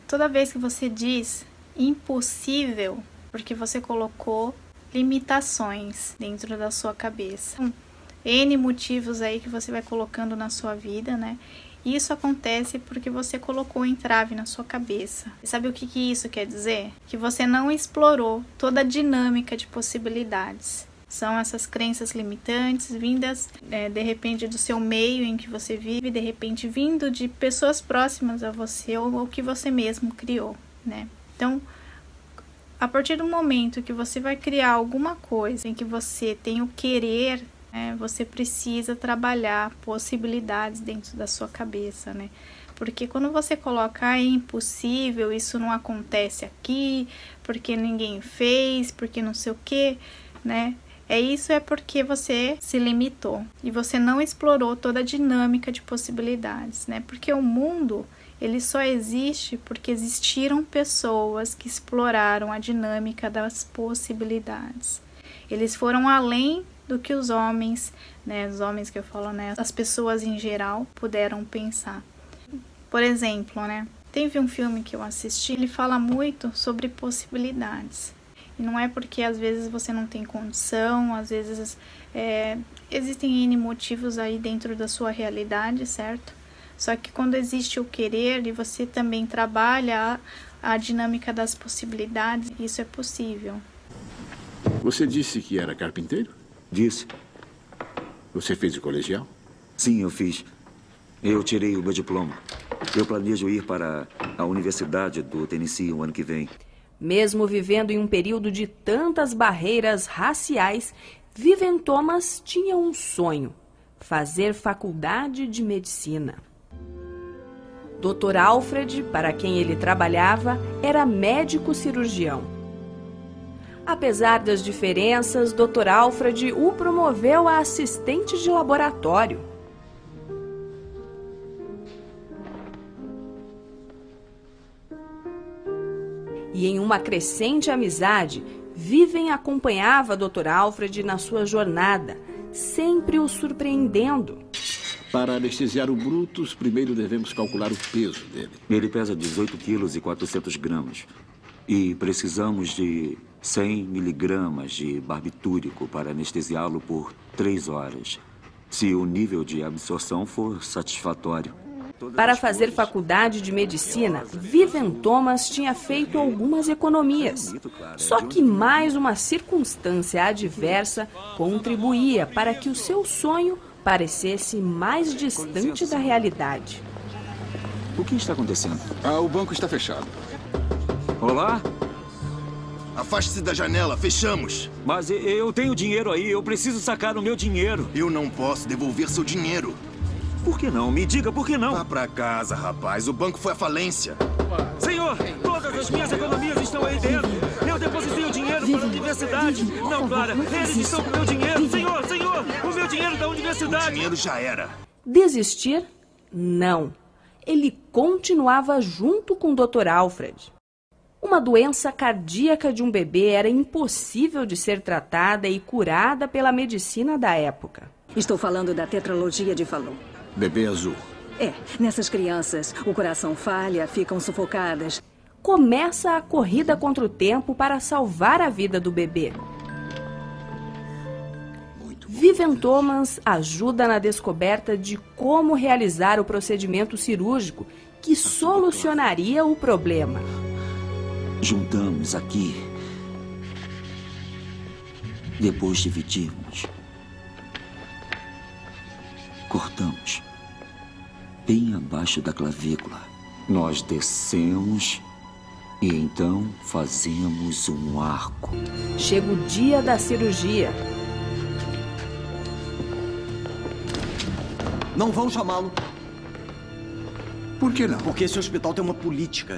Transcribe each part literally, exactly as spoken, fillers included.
Toda vez que você diz impossível, porque você colocou limitações dentro da sua cabeça. N motivos aí que você vai colocando na sua vida, né? Isso acontece porque você colocou um entrave na sua cabeça. E sabe o que, que isso quer dizer? Que você não explorou toda a dinâmica de possibilidades. São essas crenças limitantes vindas, é, de repente, do seu meio em que você vive, de repente vindo de pessoas próximas a você ou, ou que você mesmo criou, né? Então, a partir do momento que você vai criar alguma coisa em que você tem o querer, né, você precisa trabalhar possibilidades dentro da sua cabeça, né? Porque quando você coloca ah, é impossível, isso não acontece aqui, porque ninguém fez, porque não sei o que, né? É isso é porque você se limitou e você não explorou toda a dinâmica de possibilidades, né? Porque o mundo, ele só existe porque existiram pessoas que exploraram a dinâmica das possibilidades. Eles foram além do que os homens, né? Os homens que eu falo, né? As pessoas em geral puderam pensar. Por exemplo, né? Teve um filme que eu assisti, ele fala muito sobre possibilidades. E não é porque às vezes você não tem condição, às vezes é, existem N motivos aí dentro da sua realidade, certo? Só que quando existe o querer e você também trabalha a, a dinâmica das possibilidades, isso é possível. Você disse que era carpinteiro? Disse. Você fez o colegial? Sim, eu fiz. Eu tirei o meu diploma. Eu planejo ir para a Universidade do Tennessee o ano que vem. Mesmo vivendo em um período de tantas barreiras raciais, Vivian Thomas tinha um sonho: fazer faculdade de medicina. doutor Alfred, para quem ele trabalhava, era médico cirurgião. Apesar das diferenças, doutor Alfred o promoveu a assistente de laboratório. E em uma crescente amizade, Vivian acompanhava doutor Alfred na sua jornada, sempre o surpreendendo. Para anestesiar o Brutus, primeiro devemos calcular o peso dele. Ele pesa dezoito quilos e quatrocentos gramas. E precisamos de cem miligramas de barbitúrico para anestesiá-lo por três horas, se o nível de absorção for satisfatório. Para fazer faculdade de medicina, Vivian Thomas tinha feito algumas economias. Só que mais uma circunstância adversa contribuía para que o seu sonho parecesse mais distante da realidade. O que está acontecendo? Ah, o banco está fechado. Olá? Afaste-se da janela, fechamos. Mas eu tenho dinheiro aí, eu preciso sacar o meu dinheiro. Eu não posso devolver seu dinheiro. Por que não? Me diga por que não. Vá pra casa, rapaz. O banco foi à falência. Senhor, todas as minhas economias estão aí dentro. Eu depositei o dinheiro para a universidade. Não, Clara, eles estão com o meu dinheiro. Senhor, senhor, o meu dinheiro da universidade. O dinheiro já era. Desistir? Não. Ele continuava junto com o doutor Alfred. Uma doença cardíaca de um bebê era impossível de ser tratada e curada pela medicina da época. Estou falando da tetralogia de Fallot. Bebê azul. É, nessas crianças, o coração falha, ficam sufocadas. Começa a corrida contra o tempo para salvar a vida do bebê. Vivian Thomas ajuda na descoberta de como realizar o procedimento cirúrgico que solucionaria o problema. Juntamos aqui. Depois dividimos. Cortamos. Bem abaixo da clavícula. Nós descemos e então fazemos um arco. Chega o dia da cirurgia. Não vão chamá-lo. Por que não? Porque esse hospital tem uma política.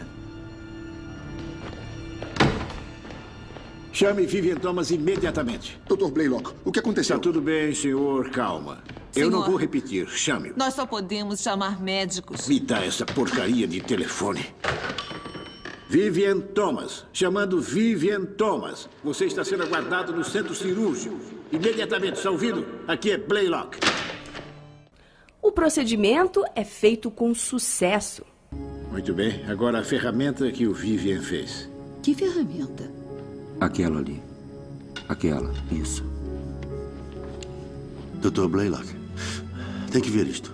Chame Vivian Thomas imediatamente. doutor Blaylock, o que aconteceu? Está tudo bem, senhor. Calma. Eu não vou repetir. Chame-o. Nós só podemos chamar médicos. Me dá essa porcaria de telefone. Vivian Thomas. Chamando Vivian Thomas. Você está sendo aguardado no centro cirúrgico. Imediatamente, está ouvindo? Aqui é Blaylock. O procedimento é feito com sucesso. Muito bem. Agora a ferramenta que o Vivian fez. Que ferramenta? Aquela ali. Aquela, isso. doutor Blaylock, tem que ver isto.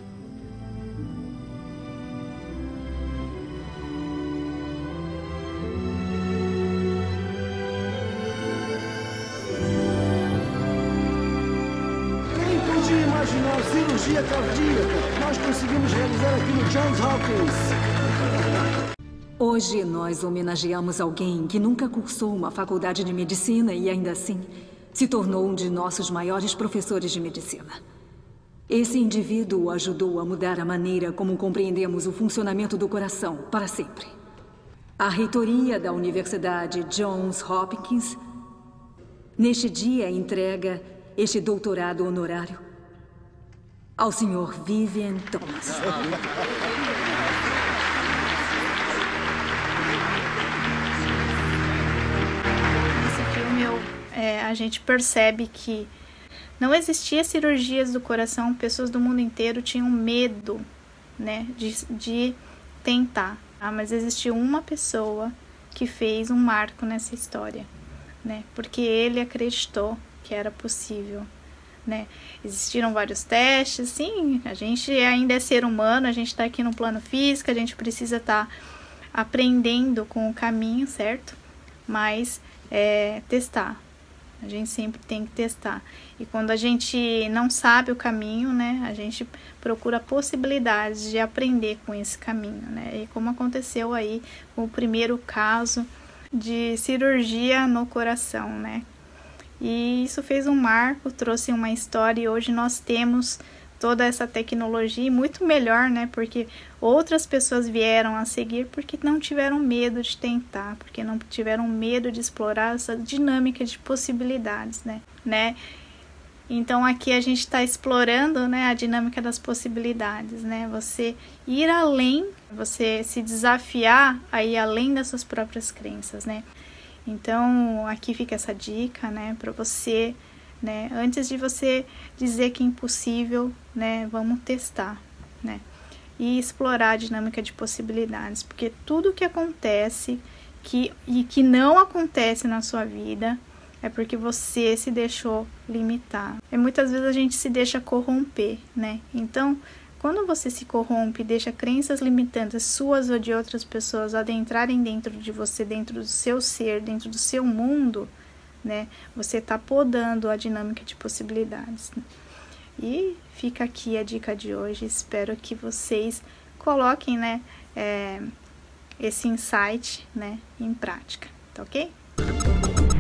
Quem podia imaginar cirurgia cardíaca? Nós conseguimos realizar aqui no Johns Hopkins. Hoje nós homenageamos alguém que nunca cursou uma faculdade de medicina e ainda assim se tornou um de nossos maiores professores de medicina. Esse indivíduo ajudou a mudar a maneira como compreendemos o funcionamento do coração para sempre. A reitoria da Universidade Johns Hopkins, neste dia, entrega este doutorado honorário ao senhor Vivian Thomas. É, a gente percebe que não existia cirurgias do coração, pessoas do mundo inteiro tinham medo, né, de, de tentar. Ah, mas existiu uma pessoa que fez um marco nessa história, né, porque ele acreditou que era possível, né. Existiram vários testes, sim, a gente ainda é ser humano, a gente está aqui no plano físico, a gente precisa estar tá aprendendo com o caminho, certo? Mas é, testar. A gente sempre tem que testar. E quando a gente não sabe o caminho, né, a gente procura possibilidades de aprender com esse caminho, né? E como aconteceu aí com o primeiro caso de cirurgia no coração, né? E isso fez um marco, trouxe uma história e hoje nós temos toda essa tecnologia muito melhor, né? Porque outras pessoas vieram a seguir porque não tiveram medo de tentar, porque não tiveram medo de explorar essa dinâmica de possibilidades, né? né? Então aqui a gente está explorando, né, a dinâmica das possibilidades, né? Você ir além, você se desafiar a ir além das suas próprias crenças, né? Então aqui fica essa dica, né, para você. Né? Antes de você dizer que é impossível, né, vamos testar, né? E explorar a dinâmica de possibilidades, porque tudo que acontece que, e que não acontece na sua vida é porque você se deixou limitar. E muitas vezes a gente se deixa corromper, né? Então, quando você se corrompe e deixa crenças limitantes suas ou de outras pessoas adentrarem dentro de você, dentro do seu ser, dentro do seu mundo, né, você está podando a dinâmica de possibilidades. E fica aqui a dica de hoje. Espero que vocês coloquem, né, é, esse insight, né, em prática. Tá ok?